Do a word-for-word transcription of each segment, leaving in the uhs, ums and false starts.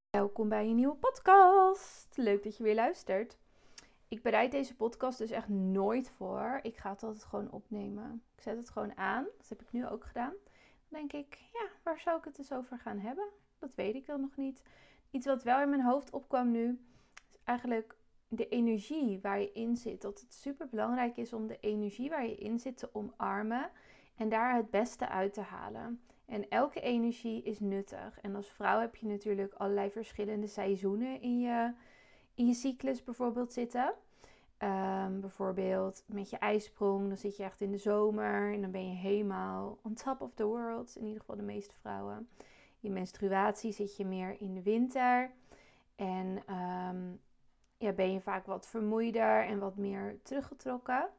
Welkom bij een nieuwe podcast. Leuk dat je weer luistert. Ik bereid deze podcast dus echt nooit voor. Ik ga het altijd gewoon opnemen. Ik zet het gewoon aan. Dat heb ik nu ook gedaan. Dan denk ik, ja, waar zou ik het dus over gaan hebben? Dat weet ik dan nog niet. Iets wat wel in mijn hoofd opkwam nu, is eigenlijk de energie waar je in zit. Dat het super belangrijk is om de energie waar je in zit te omarmen en daar het beste uit te halen. En elke energie is nuttig. En als vrouw heb je natuurlijk allerlei verschillende seizoenen in je, in je cyclus bijvoorbeeld zitten. Um, bijvoorbeeld met je ijsprong, dan zit je echt in de zomer en dan ben je helemaal on top of the world. In ieder geval de meeste vrouwen. Je menstruatie zit je meer in de winter. En um, ja, ben je vaak wat vermoeider en wat meer teruggetrokken.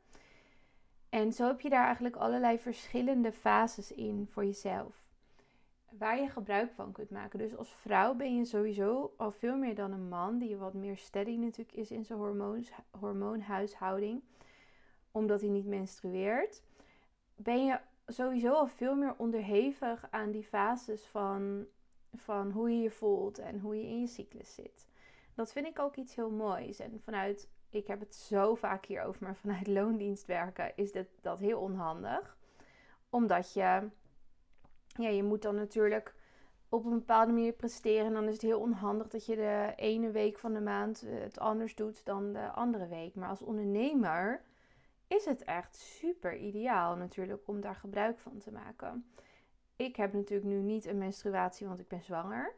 En zo heb je daar eigenlijk allerlei verschillende fases in voor jezelf. Waar je gebruik van kunt maken. Dus als vrouw ben je sowieso al veel meer dan een man. Die wat meer steady natuurlijk is in zijn hormoons, hormoonhuishouding. Omdat hij niet menstrueert. Ben je sowieso al veel meer onderhevig aan die fases van, van hoe je je voelt. En hoe je in je cyclus zit. Dat vind ik ook iets heel moois. En vanuit, ik heb het zo vaak hierover. Maar vanuit loondienst werken is dit, dat heel onhandig. Omdat je... Ja, je moet dan natuurlijk op een bepaalde manier presteren. En dan is het heel onhandig dat je de ene week van de maand het anders doet dan de andere week. Maar als ondernemer is het echt super ideaal natuurlijk om daar gebruik van te maken. Ik heb natuurlijk nu niet een menstruatie, want ik ben zwanger.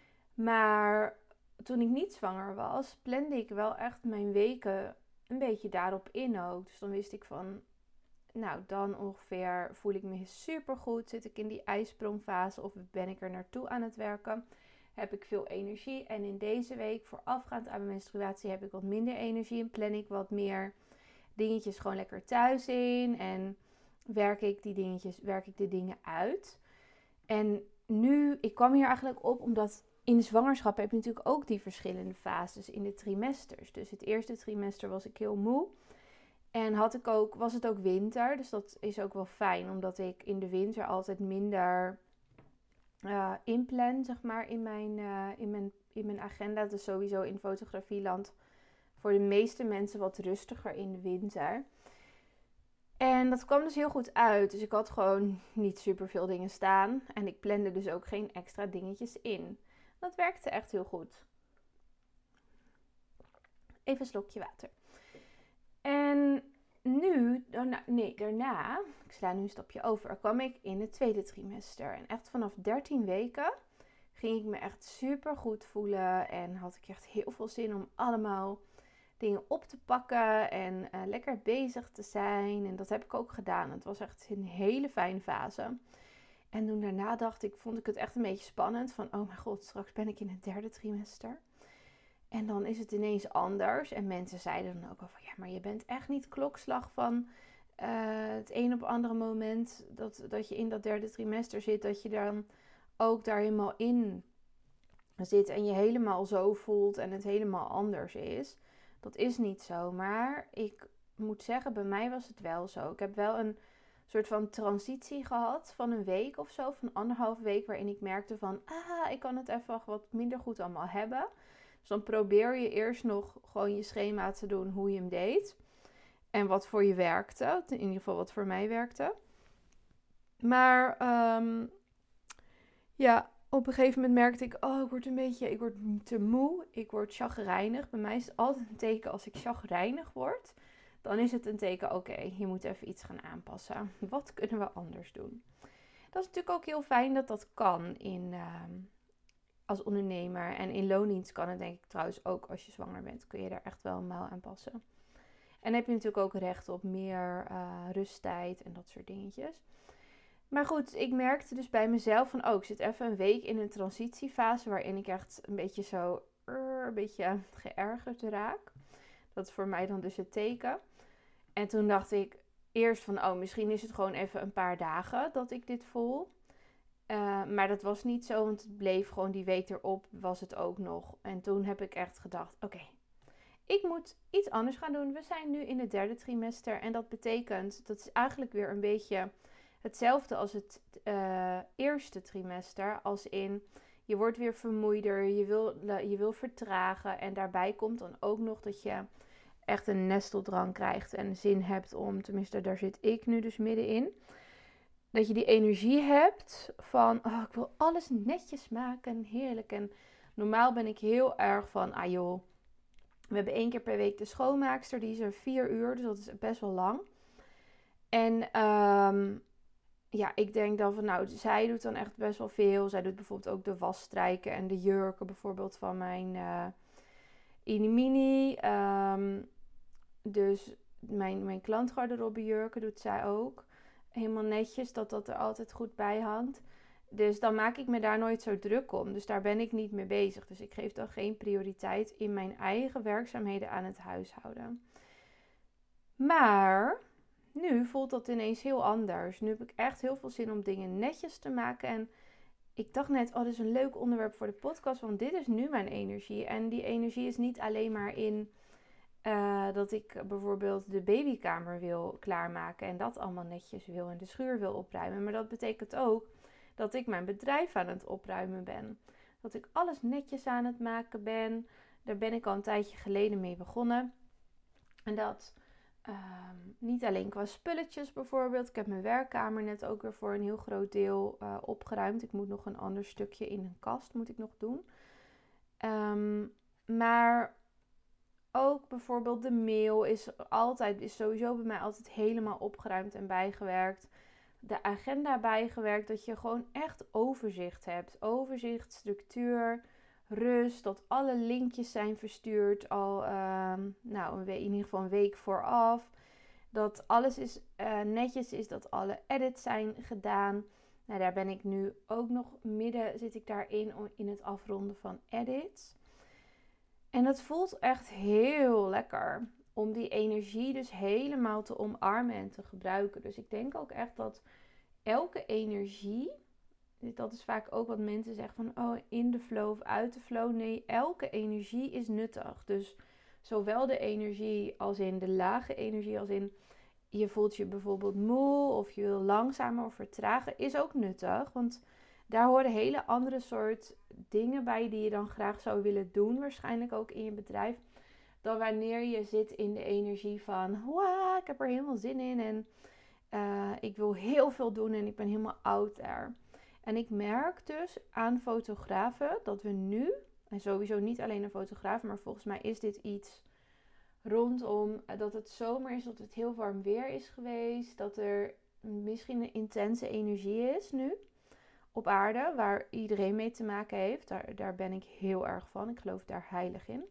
Maar toen ik niet zwanger was, plande ik wel echt mijn weken een beetje daarop in ook. Dus dan wist ik van... Nou, dan ongeveer voel ik me super goed. Zit ik in die ijsprongfase of ben ik er naartoe aan het werken? Heb ik veel energie. En in deze week, voorafgaand aan mijn menstruatie, heb ik wat minder energie. En plan ik wat meer dingetjes gewoon lekker thuis in. En werk ik die dingetjes, werk ik de dingen uit. En nu, ik kwam hier eigenlijk op omdat in de zwangerschap heb je natuurlijk ook die verschillende fases in de trimesters. Dus het eerste trimester was ik heel moe. En had ik ook, was het ook winter, dus dat is ook wel fijn, omdat ik in de winter altijd minder uh, inplan, zeg maar, in mijn, uh, in, mijn, in mijn agenda. Dus sowieso in fotografieland voor de meeste mensen wat rustiger in de winter. En dat kwam dus heel goed uit. Dus ik had gewoon niet super veel dingen staan. En ik plande dus ook geen extra dingetjes in. Dat werkte echt heel goed. Even een slokje water. En nu, daarna, nee, daarna, ik sla nu een stapje over, kwam ik in het tweede trimester. En echt vanaf dertien weken ging ik me echt super goed voelen. En had ik echt heel veel zin om allemaal dingen op te pakken en uh, lekker bezig te zijn. En dat heb ik ook gedaan. Het was echt een hele fijne fase. En toen daarna dacht ik, vond ik het echt een beetje spannend. Van, oh mijn god, straks ben ik in het derde trimester. En dan is het ineens anders. En mensen zeiden dan ook al van... Ja, maar je bent echt niet klokslag van uh, het een op andere moment... Dat, dat je in dat derde trimester zit. Dat je dan ook daar helemaal in zit. En je helemaal zo voelt. En het helemaal anders is. Dat is niet zo. Maar ik moet zeggen, bij mij was het wel zo. Ik heb wel een soort van transitie gehad. Van een week of zo. Van anderhalf week. Waarin ik merkte van... Ah, ik kan het even wat minder goed allemaal hebben... Dus dan probeer je eerst nog gewoon je schema te doen hoe je hem deed. En wat voor je werkte. In ieder geval wat voor mij werkte. Maar um, ja, op een gegeven moment merkte ik... Oh, ik word een beetje, ik word te moe. Ik word chagrijnig. Bij mij is het altijd een teken als ik chagrijnig word. Dan is het een teken, oké, okay, je moet even iets gaan aanpassen. Wat kunnen we anders doen? Dat is natuurlijk ook heel fijn dat dat kan in... Um, als ondernemer. En in loondienst kan het denk ik trouwens ook als je zwanger bent. Kun je daar echt wel een mouw aan passen. En dan heb je natuurlijk ook recht op meer uh, rusttijd en dat soort dingetjes. Maar goed, ik merkte dus bij mezelf van... Oh, ik zit even een week in een transitiefase... waarin ik echt een beetje zo... Uh, een beetje geërgerd raak. Dat is voor mij dan dus het teken. En toen dacht ik eerst van... Oh, misschien is het gewoon even een paar dagen dat ik dit voel... Uh, maar dat was niet zo, want het bleef gewoon die week erop, was het ook nog. En toen heb ik echt gedacht, oké, okay, ik moet iets anders gaan doen. We zijn nu in het derde trimester en dat betekent, dat is eigenlijk weer een beetje hetzelfde als het uh, eerste trimester. Als in, Je wordt weer vermoeider, je wil, je wil vertragen. En daarbij komt dan ook nog dat je echt een nesteldrang krijgt en zin hebt om, tenminste daar zit ik nu dus middenin, dat je die energie hebt van, oh, ik wil alles netjes maken, heerlijk. En normaal ben ik heel erg van, ah joh, we hebben één keer per week de schoonmaakster, die is er vier uur, dus dat is best wel lang. En um, ja, ik denk dan van, nou, zij doet dan echt best wel veel. Zij doet bijvoorbeeld ook de wasstrijken en de jurken bijvoorbeeld van mijn uh, Inimini. Um, dus mijn, mijn klantgarderobe jurken doet zij ook. Helemaal netjes, dat dat er altijd goed bij hangt. Dus dan maak ik me daar nooit zo druk om. Dus daar ben ik niet mee bezig. Dus ik geef dan geen prioriteit in mijn eigen werkzaamheden aan het huishouden. Maar nu voelt dat ineens heel anders. Nu heb ik echt heel veel zin om dingen netjes te maken. En ik dacht net, oh, dit is een leuk onderwerp voor de podcast. Want dit is nu mijn energie. En die energie is niet alleen maar in uh, dat ik bijvoorbeeld de babykamer wil klaarmaken. En dat allemaal netjes wil en de schuur wil opruimen. Maar dat betekent ook dat ik mijn bedrijf aan het opruimen ben. Dat ik alles netjes aan het maken ben. Daar ben ik al een tijdje geleden mee begonnen. En dat um, niet alleen qua spulletjes bijvoorbeeld. Ik heb mijn werkkamer net ook weer voor een heel groot deel uh, opgeruimd. Ik moet nog een ander stukje in een kast moet ik nog doen. Um, maar ook bijvoorbeeld de mail is altijd, is sowieso bij mij altijd helemaal opgeruimd en bijgewerkt. De agenda bijgewerkt, dat je gewoon echt overzicht hebt. Overzicht, structuur, rust, dat alle linkjes zijn verstuurd al uh, nou, een week, in ieder geval een week vooraf. Dat alles is, uh, netjes is, dat alle edits zijn gedaan. Nou, daar ben ik nu ook nog midden, zit ik daarin in het afronden van edits. En dat voelt echt heel lekker om die energie dus helemaal te omarmen en te gebruiken. Dus ik denk ook echt dat elke energie, dat is vaak ook wat mensen zeggen van, oh, in de flow of uit de flow. Nee, elke energie is nuttig. Dus zowel de energie als in de lage energie, als in je voelt je bijvoorbeeld moe of je wil langzamer of vertragen, is ook nuttig. Want daar horen hele andere soort dingen bij die je dan graag zou willen doen, waarschijnlijk ook in je bedrijf, dan wanneer je zit in de energie van, wauw, ik heb er helemaal zin in en uh, ik wil heel veel doen en ik ben helemaal out there. En ik merk dus aan fotografen dat we nu, en sowieso niet alleen een fotograaf, maar volgens mij is dit iets rondom dat het zomer is, dat het heel warm weer is geweest, dat er misschien een intense energie is nu op aarde, waar iedereen mee te maken heeft. Daar, daar ben ik heel erg van. Ik geloof daar heilig in.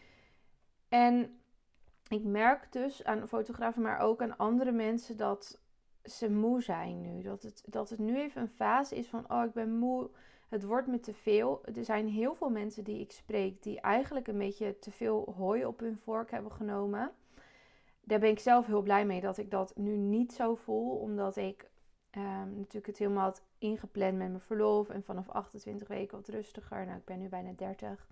En ik merk dus aan fotografen, maar ook aan andere mensen, dat ze moe zijn nu. Dat het, dat het nu even een fase is van, oh, ik ben moe. Het wordt me te veel. Er zijn heel veel mensen die ik spreek, die eigenlijk een beetje te veel hooi op hun vork hebben genomen. Daar ben ik zelf heel blij mee dat ik dat nu niet zo voel, omdat ik Um, natuurlijk het helemaal had ingepland met mijn verlof. En vanaf achtentwintig weken wat rustiger. Nou, ik ben nu bijna dertig.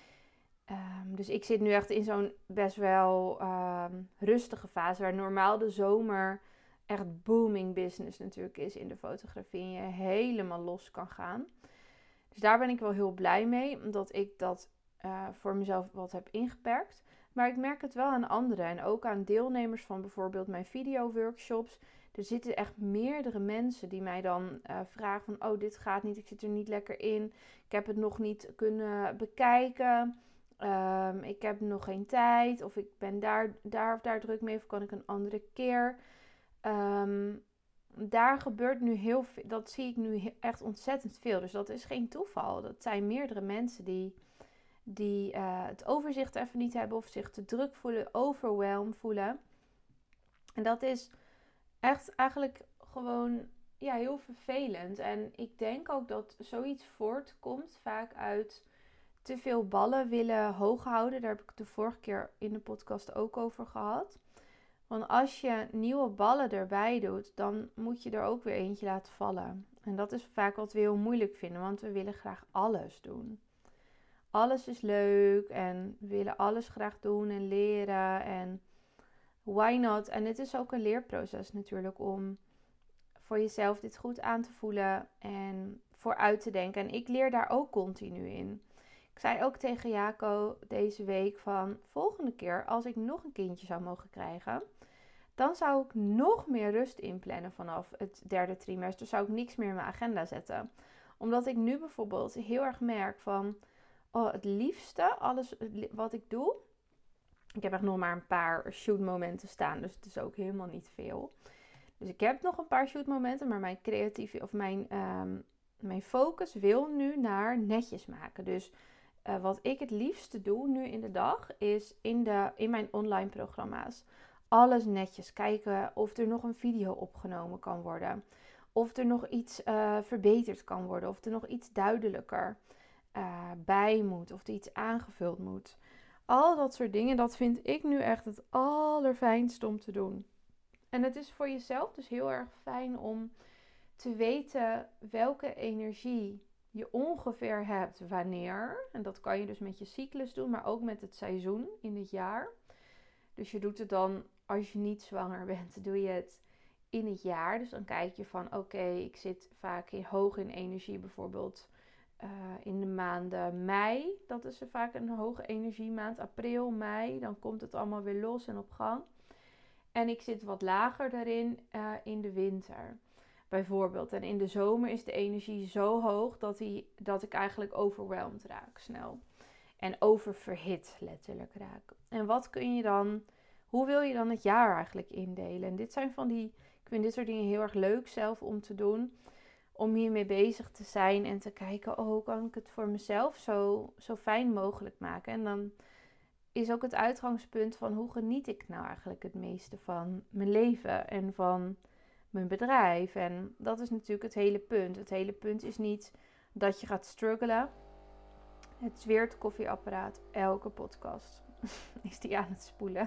Um, dus ik zit nu echt in zo'n best wel um, rustige fase. Waar normaal de zomer echt booming business natuurlijk is in de fotografie. En je helemaal los kan gaan. Dus daar ben ik wel heel blij mee. Omdat ik dat uh, voor mezelf wat heb ingeperkt. Maar ik merk het wel aan anderen. En ook aan deelnemers van bijvoorbeeld mijn video-workshops. Er zitten echt meerdere mensen die mij dan uh, vragen van, oh, dit gaat niet, ik zit er niet lekker in. Ik heb het nog niet kunnen bekijken. Um, ik heb nog geen tijd. Of ik ben daar, daar of daar druk mee. Of kan ik een andere keer. Um, daar gebeurt nu heel veel. Dat zie ik nu echt ontzettend veel. Dus dat is geen toeval. Dat zijn meerdere mensen die, die uh, het overzicht even niet hebben. Of zich te druk voelen, overwhelmed voelen. En dat is echt eigenlijk gewoon ja, heel vervelend. En ik denk ook dat zoiets voortkomt vaak uit te veel ballen willen hoog houden. Daar heb ik het de vorige keer in de podcast ook over gehad. Want als je nieuwe ballen erbij doet, dan moet je er ook weer eentje laten vallen. En dat is vaak wat we heel moeilijk vinden, want we willen graag alles doen. Alles is leuk en we willen alles graag doen en leren en why not? En het is ook een leerproces natuurlijk om voor jezelf dit goed aan te voelen en vooruit te denken. En ik leer daar ook continu in. Ik zei ook tegen Jaco deze week van, volgende keer als ik nog een kindje zou mogen krijgen, dan zou ik nog meer rust inplannen vanaf het derde trimester. Zou ik niks meer in mijn agenda zetten. Omdat ik nu bijvoorbeeld heel erg merk van, oh, het liefste, alles wat ik doe. Ik heb echt nog maar een paar shootmomenten staan, dus het is ook helemaal niet veel. Dus ik heb nog een paar shootmomenten, maar mijn creatieve of mijn, um, mijn focus wil nu naar netjes maken. Dus uh, wat ik het liefste doe nu in de dag, is in, de, in mijn online programma's alles netjes kijken of er nog een video opgenomen kan worden. Of er nog iets uh, verbeterd kan worden, of er nog iets duidelijker uh, bij moet, of er iets aangevuld moet. Al dat soort dingen, dat vind ik nu echt het allerfijnste om te doen. En het is voor jezelf dus heel erg fijn om te weten welke energie je ongeveer hebt wanneer. En dat kan je dus met je cyclus doen, maar ook met het seizoen in het jaar. Dus je doet het dan, als je niet zwanger bent, doe je het in het jaar. Dus dan kijk je van, oké, okay, ik zit vaak in, hoog in energie, bijvoorbeeld uh, in de maanden mei. Dat is vaak een hoge energiemaand. April, mei, dan komt het allemaal weer los en op gang. En ik zit wat lager daarin uh, in de winter, bijvoorbeeld. En in de zomer is de energie zo hoog dat, die, dat ik eigenlijk overwhelmed raak snel. En oververhit letterlijk raak. En wat kun je dan, hoe wil je dan het jaar eigenlijk indelen? En dit zijn van die, ik vind dit soort dingen heel erg leuk zelf om te doen. Om hiermee bezig te zijn en te kijken, oh, hoe kan ik het voor mezelf zo, zo fijn mogelijk maken? En dan is ook het uitgangspunt van, hoe geniet ik nou eigenlijk het meeste van mijn leven en van mijn bedrijf? En dat is natuurlijk het hele punt. Het hele punt is niet dat je gaat struggelen. Het zweert koffieapparaat, elke podcast is die aan het spoelen.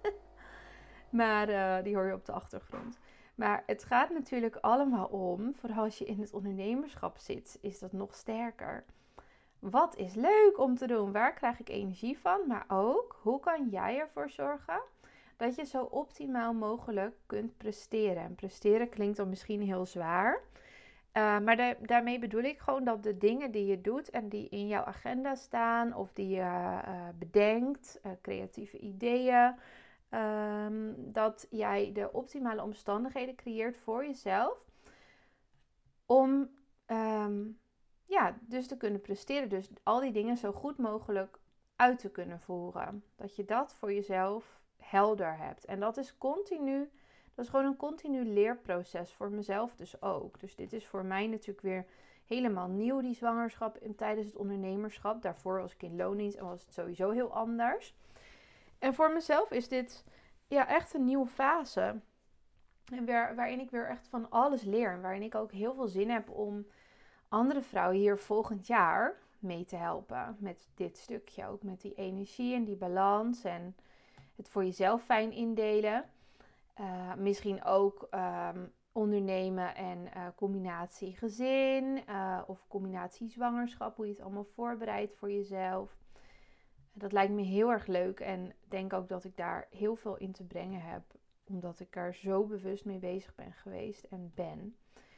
maar uh, die hoor je op de achtergrond. Maar het gaat natuurlijk allemaal om, vooral als je in het ondernemerschap zit, is dat nog sterker. Wat is leuk om te doen? Waar krijg ik energie van? Maar ook, hoe kan jij ervoor zorgen dat je zo optimaal mogelijk kunt presteren? En presteren klinkt dan misschien heel zwaar. Uh, maar da- daarmee bedoel ik gewoon dat de dingen die je doet en die in jouw agenda staan of die je uh, bedenkt, uh, creatieve ideeën, um, dat jij de optimale omstandigheden creëert voor jezelf om um, ja, dus te kunnen presteren. Dus al die dingen zo goed mogelijk uit te kunnen voeren. Dat je dat voor jezelf helder hebt. En dat is continu. Dat is gewoon een continu leerproces voor mezelf dus ook. Dus dit is voor mij natuurlijk weer helemaal nieuw, die zwangerschap en tijdens het ondernemerschap. Daarvoor was ik in loondienst en was het sowieso heel anders. En voor mezelf is dit ja, echt een nieuwe fase. En waar, waarin ik weer echt van alles leer. En waarin ik ook heel veel zin heb om andere vrouwen hier volgend jaar mee te helpen. Met dit stukje ook. Met die energie en die balans. En het voor jezelf fijn indelen. Uh, misschien ook um, ondernemen en uh, combinatie gezin uh, of combinatie zwangerschap, hoe je het allemaal voorbereidt voor jezelf. Dat lijkt me heel erg leuk en denk ook dat ik daar heel veel in te brengen heb, omdat ik er zo bewust mee bezig ben geweest en ben,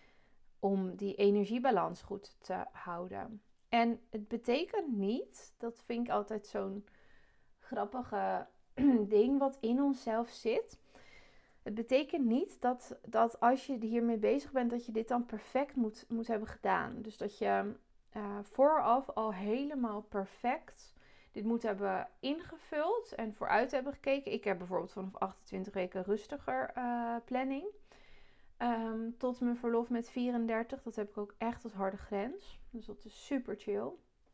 om die energiebalans goed te houden. En het betekent niet, dat vind ik altijd zo'n grappige ding wat in onszelf zit. Het betekent niet dat, dat als je hiermee bezig bent, dat je dit dan perfect moet, moet hebben gedaan. Dus dat je uh, vooraf al helemaal perfect dit moet hebben ingevuld en vooruit hebben gekeken. Ik heb bijvoorbeeld vanaf achtentwintig weken rustiger uh, planning. Um, tot mijn verlof met vierendertig. Dat heb ik ook echt als harde grens. Dus dat is super chill.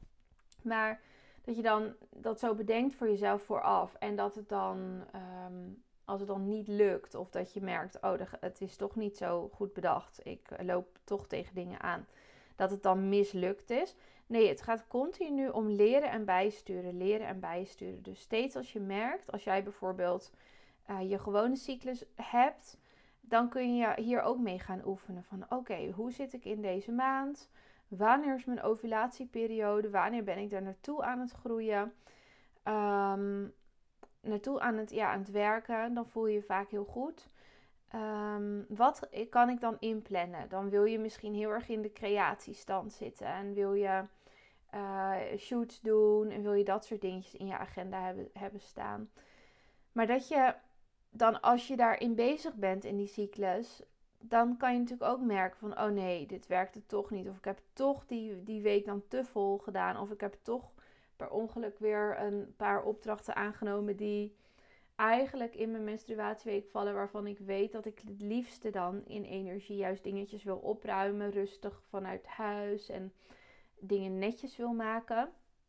Maar dat je dan dat zo bedenkt voor jezelf vooraf. En dat het dan... Um, Als het dan niet lukt of dat je merkt, oh, het is toch niet zo goed bedacht. Ik loop toch tegen dingen aan. Dat het dan mislukt is. Nee, het gaat continu om leren en bijsturen. Leren en bijsturen. Dus steeds als je merkt, als jij bijvoorbeeld uh, je gewone cyclus hebt, dan kun je hier ook mee gaan oefenen. Van oké, okay, hoe zit ik in deze maand? Wanneer is mijn ovulatieperiode? Wanneer ben ik daar naartoe aan het groeien? Um, naartoe aan het, ja, aan het werken, dan voel je je vaak heel goed. Um, wat kan ik dan inplannen? Dan wil je misschien heel erg in de creatiestand zitten. En wil je uh, shoots doen. En wil je dat soort dingetjes in je agenda hebben, hebben staan. Maar dat je dan, als je daarin bezig bent in die cyclus, dan kan je natuurlijk ook merken van, oh nee, dit werkte toch niet. Of ik heb toch die, die week dan te vol gedaan. Of ik heb toch per ongeluk weer een paar opdrachten aangenomen die eigenlijk in mijn menstruatieweek vallen, waarvan ik weet dat ik het liefste dan in energie juist dingetjes wil opruimen, rustig vanuit huis en dingen netjes wil maken.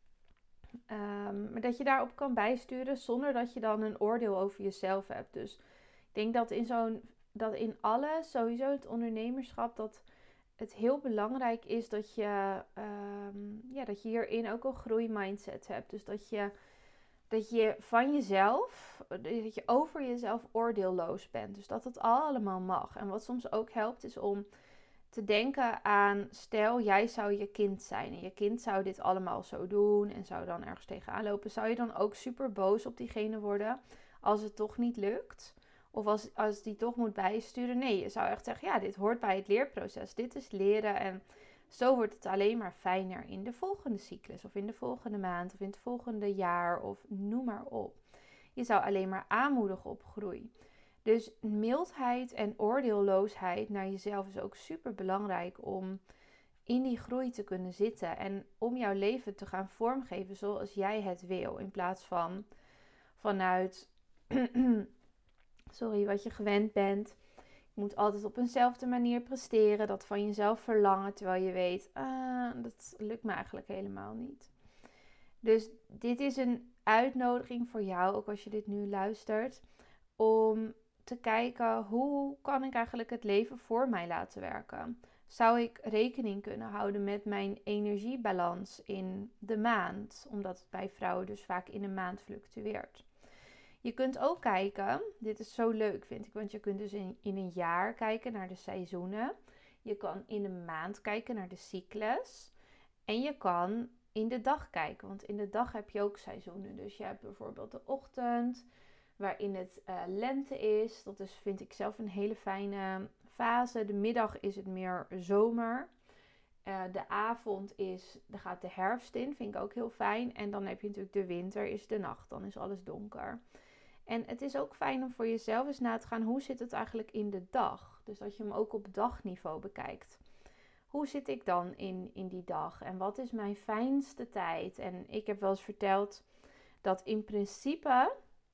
Um, maar dat je daarop kan bijsturen zonder dat je dan een oordeel over jezelf hebt. Dus ik denk dat in zo'n, dat in alles, sowieso het ondernemerschap, dat het heel belangrijk is dat je, um, ja, dat je hierin ook een groeimindset hebt. Dus dat je, dat je van jezelf, dat je over jezelf oordeelloos bent. Dus dat het allemaal mag. En wat soms ook helpt is om te denken aan, stel jij zou je kind zijn en je kind zou dit allemaal zo doen en zou dan ergens tegenaan lopen. Zou je dan ook super boos op diegene worden als het toch niet lukt? Of als, als die toch moet bijsturen? Nee, je zou echt zeggen, ja, dit hoort bij het leerproces. Dit is leren en zo wordt het alleen maar fijner in de volgende cyclus of in de volgende maand of in het volgende jaar of noem maar op. Je zou alleen maar aanmoedigen op groei. Dus mildheid en oordeelloosheid naar jezelf is ook super belangrijk om in die groei te kunnen zitten. En om jouw leven te gaan vormgeven zoals jij het wil. In plaats van vanuit, sorry, wat je gewend bent. Je moet altijd op eenzelfde manier presteren. Dat van jezelf verlangen terwijl je weet, ah, dat lukt me eigenlijk helemaal niet. Dus dit is een uitnodiging voor jou, ook als je dit nu luistert, om te kijken, hoe kan ik eigenlijk het leven voor mij laten werken? Zou ik rekening kunnen houden met mijn energiebalans in de maand? Omdat het bij vrouwen dus vaak in een maand fluctueert. Je kunt ook kijken, dit is zo leuk vind ik, want je kunt dus in, in een jaar kijken naar de seizoenen. Je kan in een maand kijken naar de cyclus. En je kan in de dag kijken, want in de dag heb je ook seizoenen. Dus je hebt bijvoorbeeld de ochtend, waarin het uh, lente is. Dat is, vind ik zelf, een hele fijne fase. De middag is het meer zomer. Uh, de avond is, daar gaat de herfst in, vind ik ook heel fijn. En dan heb je natuurlijk de winter, is de nacht. Dan is alles donker. En het is ook fijn om voor jezelf eens na te gaan, hoe zit het eigenlijk in de dag? Dus dat je hem ook op dagniveau bekijkt. Hoe zit ik dan in, in die dag? En wat is mijn fijnste tijd? En ik heb wel eens verteld dat in principe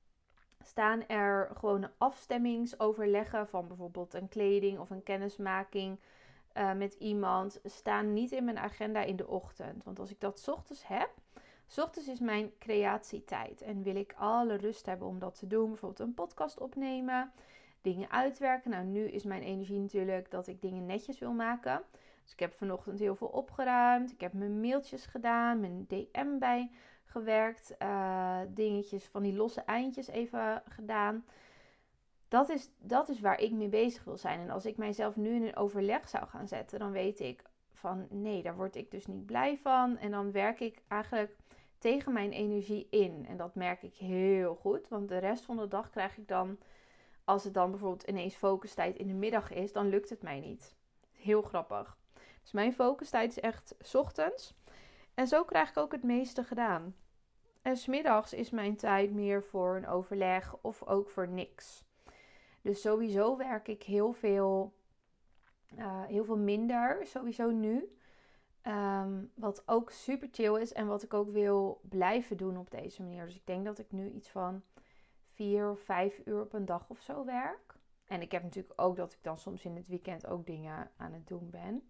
staan er gewoon afstemmingsoverleggen van bijvoorbeeld een kleding of een kennismaking uh, met iemand, staan niet in mijn agenda in de ochtend. Want als ik dat 's ochtends heb, 's ochtends is mijn creatietijd en wil ik alle rust hebben om dat te doen. Bijvoorbeeld een podcast opnemen, dingen uitwerken. Nou, nu is mijn energie natuurlijk dat ik dingen netjes wil maken. Dus ik heb vanochtend heel veel opgeruimd. Ik heb mijn mailtjes gedaan, mijn D M bij gewerkt, uh, dingetjes van die losse eindjes even gedaan. Dat is, dat is waar ik mee bezig wil zijn. En als ik mijzelf nu in een overleg zou gaan zetten, dan weet ik van nee, daar word ik dus niet blij van. En dan werk ik eigenlijk tegen mijn energie in. En dat merk ik heel goed, want de rest van de dag krijg ik dan, als het dan bijvoorbeeld ineens focustijd in de middag is, dan lukt het mij niet. Heel grappig. Dus mijn focustijd is echt 's ochtends. En zo krijg ik ook het meeste gedaan. En 's middags is mijn tijd meer voor een overleg of ook voor niks. Dus sowieso werk ik heel veel, uh, heel veel minder, sowieso nu. Um, wat ook super chill is en wat ik ook wil blijven doen op deze manier. Dus ik denk dat ik nu iets van vier of vijf uur op een dag of zo werk. En ik heb natuurlijk ook dat ik dan soms in het weekend ook dingen aan het doen ben.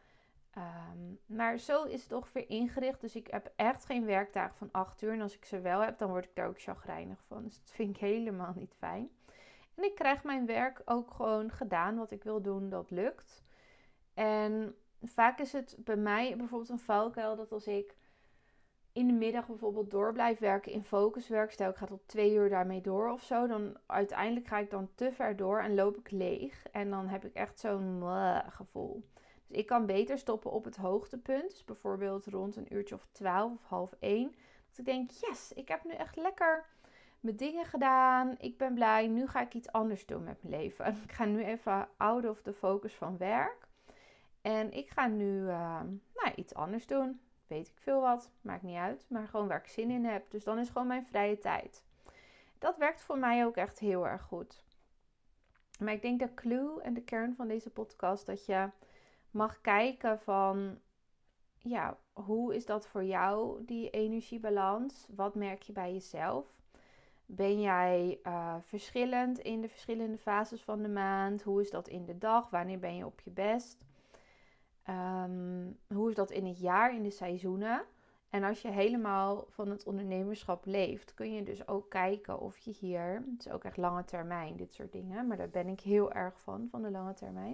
Um, maar zo is het ongeveer ingericht. Dus ik heb echt geen werkdagen van acht uur. En als ik ze wel heb, dan word ik daar ook chagrijnig van. Dus dat vind ik helemaal niet fijn. En ik krijg mijn werk ook gewoon gedaan. Wat ik wil doen, dat lukt. En vaak is het bij mij bijvoorbeeld een valkuil dat als ik in de middag bijvoorbeeld door blijf werken in focuswerk, stel ik ga tot twee uur daarmee door of zo, dan uiteindelijk ga ik dan te ver door en loop ik leeg. En dan heb ik echt zo'n gevoel. Dus ik kan beter stoppen op het hoogtepunt. Dus bijvoorbeeld rond een uurtje of twaalf of half één. Dat ik denk, yes, ik heb nu echt lekker mijn dingen gedaan. Ik ben blij. Nu ga ik iets anders doen met mijn leven. Ik ga nu even out of the focus van werk. En ik ga nu uh, nou, iets anders doen. Weet ik veel wat. Maakt niet uit. Maar gewoon waar ik zin in heb. Dus dan is gewoon mijn vrije tijd. Dat werkt voor mij ook echt heel erg goed. Maar ik denk de clue en de kern van deze podcast dat je mag kijken van, ja, hoe is dat voor jou, die energiebalans? Wat merk je bij jezelf? Ben jij uh, verschillend in de verschillende fases van de maand? Hoe is dat in de dag? Wanneer ben je op je best? Um, hoe is dat in het jaar, in de seizoenen? En als je helemaal van het ondernemerschap leeft, kun je dus ook kijken of je hier, het is ook echt lange termijn, dit soort dingen, maar daar ben ik heel erg van, van de lange termijn.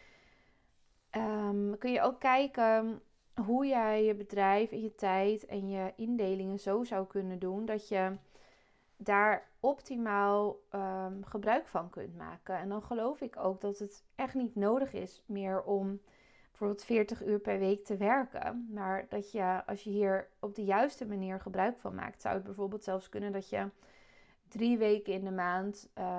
Um, kun je ook kijken hoe jij je bedrijf en je tijd en je indelingen zo zou kunnen doen dat je daar optimaal um, gebruik van kunt maken. En dan geloof ik ook dat het echt niet nodig is meer om bijvoorbeeld veertig uur per week te werken. Maar dat je, als je hier op de juiste manier gebruik van maakt, zou het bijvoorbeeld zelfs kunnen dat je drie weken in de maand um,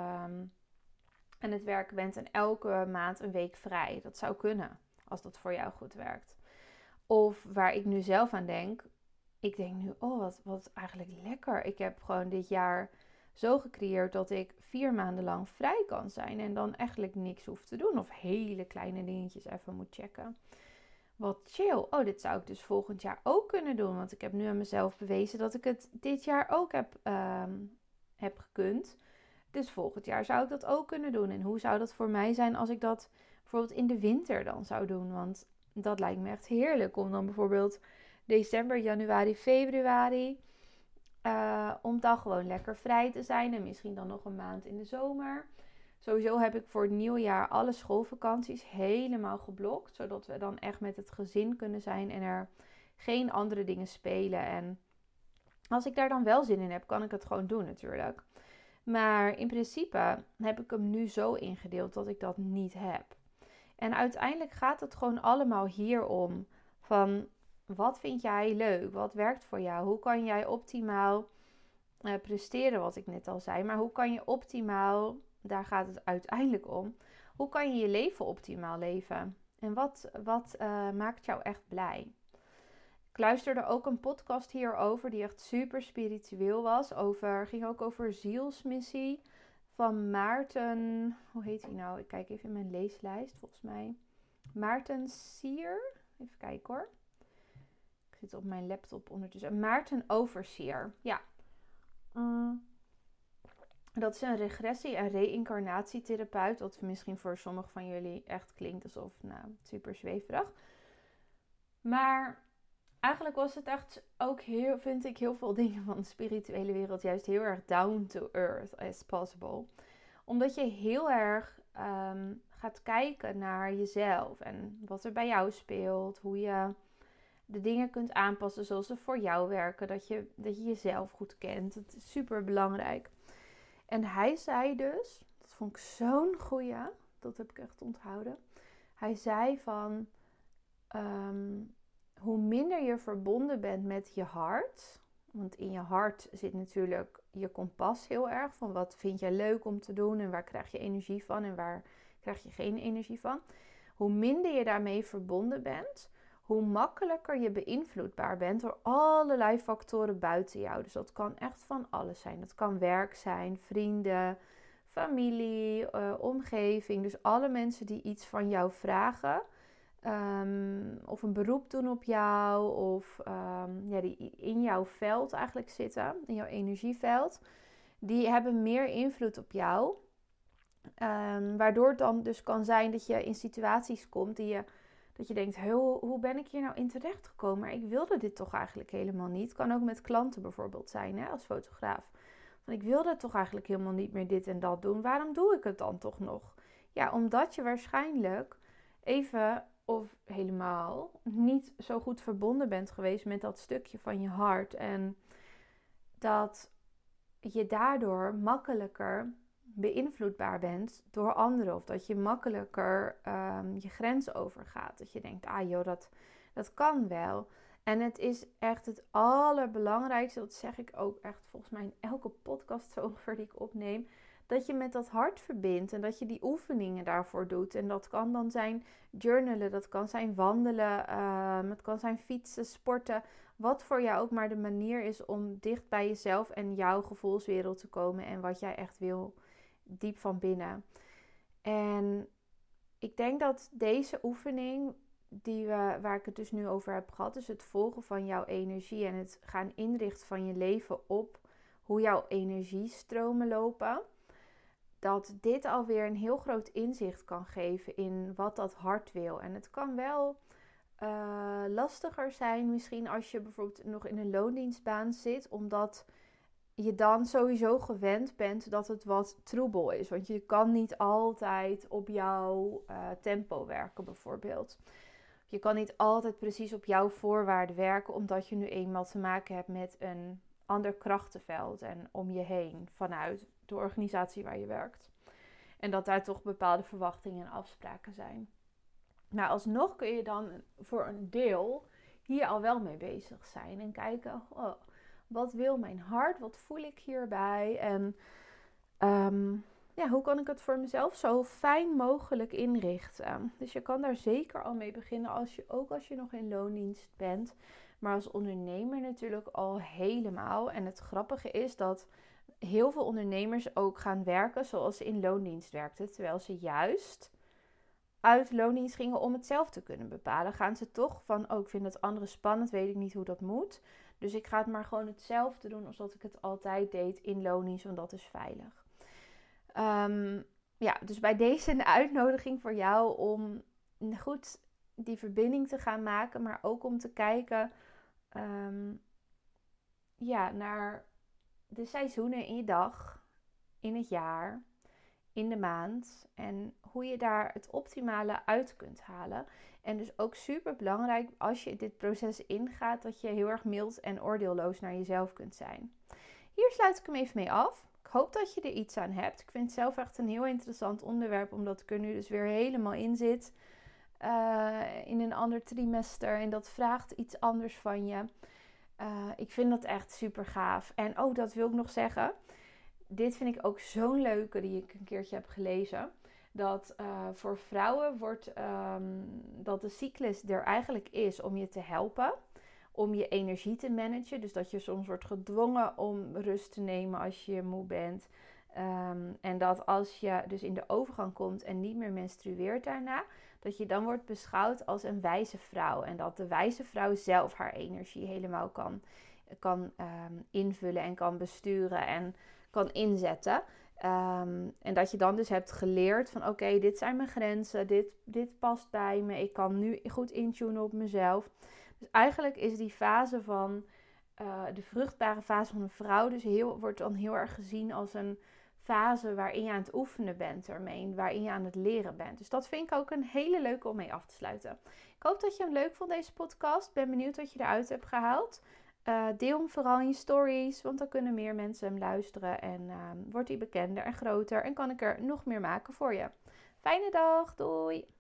aan het werken bent en elke maand een week vrij. Dat zou kunnen, als dat voor jou goed werkt. Of waar ik nu zelf aan denk, ik denk nu, oh wat, wat eigenlijk lekker. Ik heb gewoon dit jaar zo gecreëerd dat ik vier maanden lang vrij kan zijn. En dan eigenlijk niks hoef te doen. Of hele kleine dingetjes even moet checken. Wat chill. Oh, dit zou ik dus volgend jaar ook kunnen doen. Want ik heb nu aan mezelf bewezen dat ik het dit jaar ook heb, um, heb gekund. Dus volgend jaar zou ik dat ook kunnen doen. En hoe zou dat voor mij zijn als ik dat bijvoorbeeld in de winter dan zou doen? Want dat lijkt me echt heerlijk om dan bijvoorbeeld december, januari, februari... Uh, om dan gewoon lekker vrij te zijn. En misschien dan nog een maand in de zomer. Sowieso heb ik voor het nieuwjaar alle schoolvakanties helemaal geblokt. Zodat we dan echt met het gezin kunnen zijn. En er geen andere dingen spelen. En als ik daar dan wel zin in heb, kan ik het gewoon doen natuurlijk. Maar in principe heb ik hem nu zo ingedeeld dat ik dat niet heb. En uiteindelijk gaat het gewoon allemaal hierom. Van, wat vind jij leuk? Wat werkt voor jou? Hoe kan jij optimaal uh, presteren, wat ik net al zei. Maar hoe kan je optimaal, daar gaat het uiteindelijk om. Hoe kan je je leven optimaal leven? En wat, wat uh, maakt jou echt blij? Ik luisterde ook een podcast hierover die echt super spiritueel was. Over, ging ook over zielsmissie van Maarten. Hoe heet hij nou? Ik kijk even in mijn leeslijst, volgens mij. Maarten Sier. Even kijken hoor. Ik zit op mijn laptop ondertussen. Maarten Oversier. Ja. Mm. Dat is een regressie- en reïncarnatietherapeut. Wat misschien voor sommigen van jullie echt klinkt alsof, nou, super zweverig. Maar eigenlijk was het echt ook heel, vind ik, heel veel dingen van de spirituele wereld juist heel erg down to earth as possible. Omdat je heel erg um, gaat kijken naar jezelf en wat er bij jou speelt. Hoe je de dingen kunt aanpassen zoals ze voor jou werken. Dat je, dat je jezelf goed kent. Dat is super belangrijk. En hij zei dus, dat vond ik zo'n goeie, dat heb ik echt onthouden. Hij zei van, um, hoe minder je verbonden bent met je hart. Want in je hart zit natuurlijk je kompas heel erg. Van wat vind je leuk om te doen en waar krijg je energie van en waar krijg je geen energie van. Hoe minder je daarmee verbonden bent, hoe makkelijker je beïnvloedbaar bent door allerlei factoren buiten jou. Dus dat kan echt van alles zijn. Dat kan werk zijn, vrienden, familie, uh, omgeving. Dus alle mensen die iets van jou vragen. Um, of een beroep doen op jou. Of um, ja, die in jouw veld eigenlijk zitten. In jouw energieveld. Die hebben meer invloed op jou. Um, waardoor het dan dus kan zijn dat je in situaties komt die je... Dat je denkt, hoe, hoe ben ik hier nou in terecht gekomen? Maar ik wilde dit toch eigenlijk helemaal niet. Kan ook met klanten bijvoorbeeld zijn, hè, als fotograaf. Want ik wilde toch eigenlijk helemaal niet meer dit en dat doen. Waarom doe ik het dan toch nog? Ja, omdat je waarschijnlijk even of helemaal niet zo goed verbonden bent geweest met dat stukje van je hart. En dat je daardoor makkelijker beïnvloedbaar bent door anderen. Of dat je makkelijker um, je grens overgaat. Dat je denkt, ah joh, dat, dat kan wel. En het is echt het allerbelangrijkste, dat zeg ik ook echt volgens mij in elke podcast zo ongeveer die ik opneem, dat je met dat hart verbindt en dat je die oefeningen daarvoor doet. En dat kan dan zijn journalen, dat kan zijn wandelen, um, het kan zijn fietsen, sporten. Wat voor jou ook maar de manier is om dicht bij jezelf en jouw gevoelswereld te komen en wat jij echt wil, diep van binnen. En ik denk dat deze oefening, die we, waar ik het dus nu over heb gehad, dus het volgen van jouw energie en het gaan inrichten van je leven op hoe jouw energiestromen lopen, dat dit alweer een heel groot inzicht kan geven in wat dat hart wil. En het kan wel uh, lastiger zijn misschien als je bijvoorbeeld nog in een loondienstbaan zit, omdat je dan sowieso gewend bent dat het wat troebel is. Want je kan niet altijd op jouw uh, tempo werken bijvoorbeeld. Je kan niet altijd precies op jouw voorwaarden werken, omdat je nu eenmaal te maken hebt met een ander krachtenveld en om je heen vanuit de organisatie waar je werkt. En dat daar toch bepaalde verwachtingen en afspraken zijn. Maar alsnog kun je dan voor een deel hier al wel mee bezig zijn en kijken, oh, wat wil mijn hart? Wat voel ik hierbij? En um, ja, hoe kan ik het voor mezelf zo fijn mogelijk inrichten? Dus je kan daar zeker al mee beginnen, als je, ook als je nog in loondienst bent. Maar als ondernemer natuurlijk al helemaal. En het grappige is dat heel veel ondernemers ook gaan werken zoals ze in loondienst werkten. Terwijl ze juist uit loondienst gingen om het zelf te kunnen bepalen. Gaan ze toch van, oh, ik vind het andere spannend, weet ik niet hoe dat moet. Dus ik ga het maar gewoon hetzelfde doen als dat ik het altijd deed in loondienst, want dat is veilig. Um, ja, dus bij deze een uitnodiging voor jou om goed die verbinding te gaan maken, maar ook om te kijken um, ja, naar de seizoenen in je dag, in het jaar, in de maand en hoe je daar het optimale uit kunt halen. En dus ook super belangrijk als je dit proces ingaat, dat je heel erg mild en oordeelloos naar jezelf kunt zijn. Hier sluit ik hem even mee af. Ik hoop dat je er iets aan hebt. Ik vind het zelf echt een heel interessant onderwerp, omdat ik er nu dus weer helemaal in zit. Uh, in een ander trimester en dat vraagt iets anders van je. Uh, ik vind dat echt super gaaf. En oh, dat wil ik nog zeggen. Dit vind ik ook zo'n leuke die ik een keertje heb gelezen. Dat uh, voor vrouwen wordt um, dat de cyclus er eigenlijk is om je te helpen. Om je energie te managen. Dus dat je soms wordt gedwongen om rust te nemen als je moe bent. Um, en dat als je dus in de overgang komt en niet meer menstrueert daarna, dat je dan wordt beschouwd als een wijze vrouw. En dat de wijze vrouw zelf haar energie helemaal kan, kan um, invullen en kan besturen en kan inzetten. Um, en dat je dan dus hebt geleerd van oké, okay, dit zijn mijn grenzen, dit, dit past bij me, ik kan nu goed intunen op mezelf. Dus eigenlijk is die fase van uh, de vruchtbare fase van een vrouw dus heel, wordt dan heel erg gezien als een fase waarin je aan het oefenen bent ermee, waarin je aan het leren bent. Dus dat vind ik ook een hele leuke om mee af te sluiten. Ik hoop dat je hem leuk vond, deze podcast. Ben benieuwd wat je eruit hebt gehaald. Uh, deel hem vooral in je stories, want dan kunnen meer mensen hem luisteren en uh, wordt hij bekender en groter en kan ik er nog meer maken voor je. Fijne dag, doei!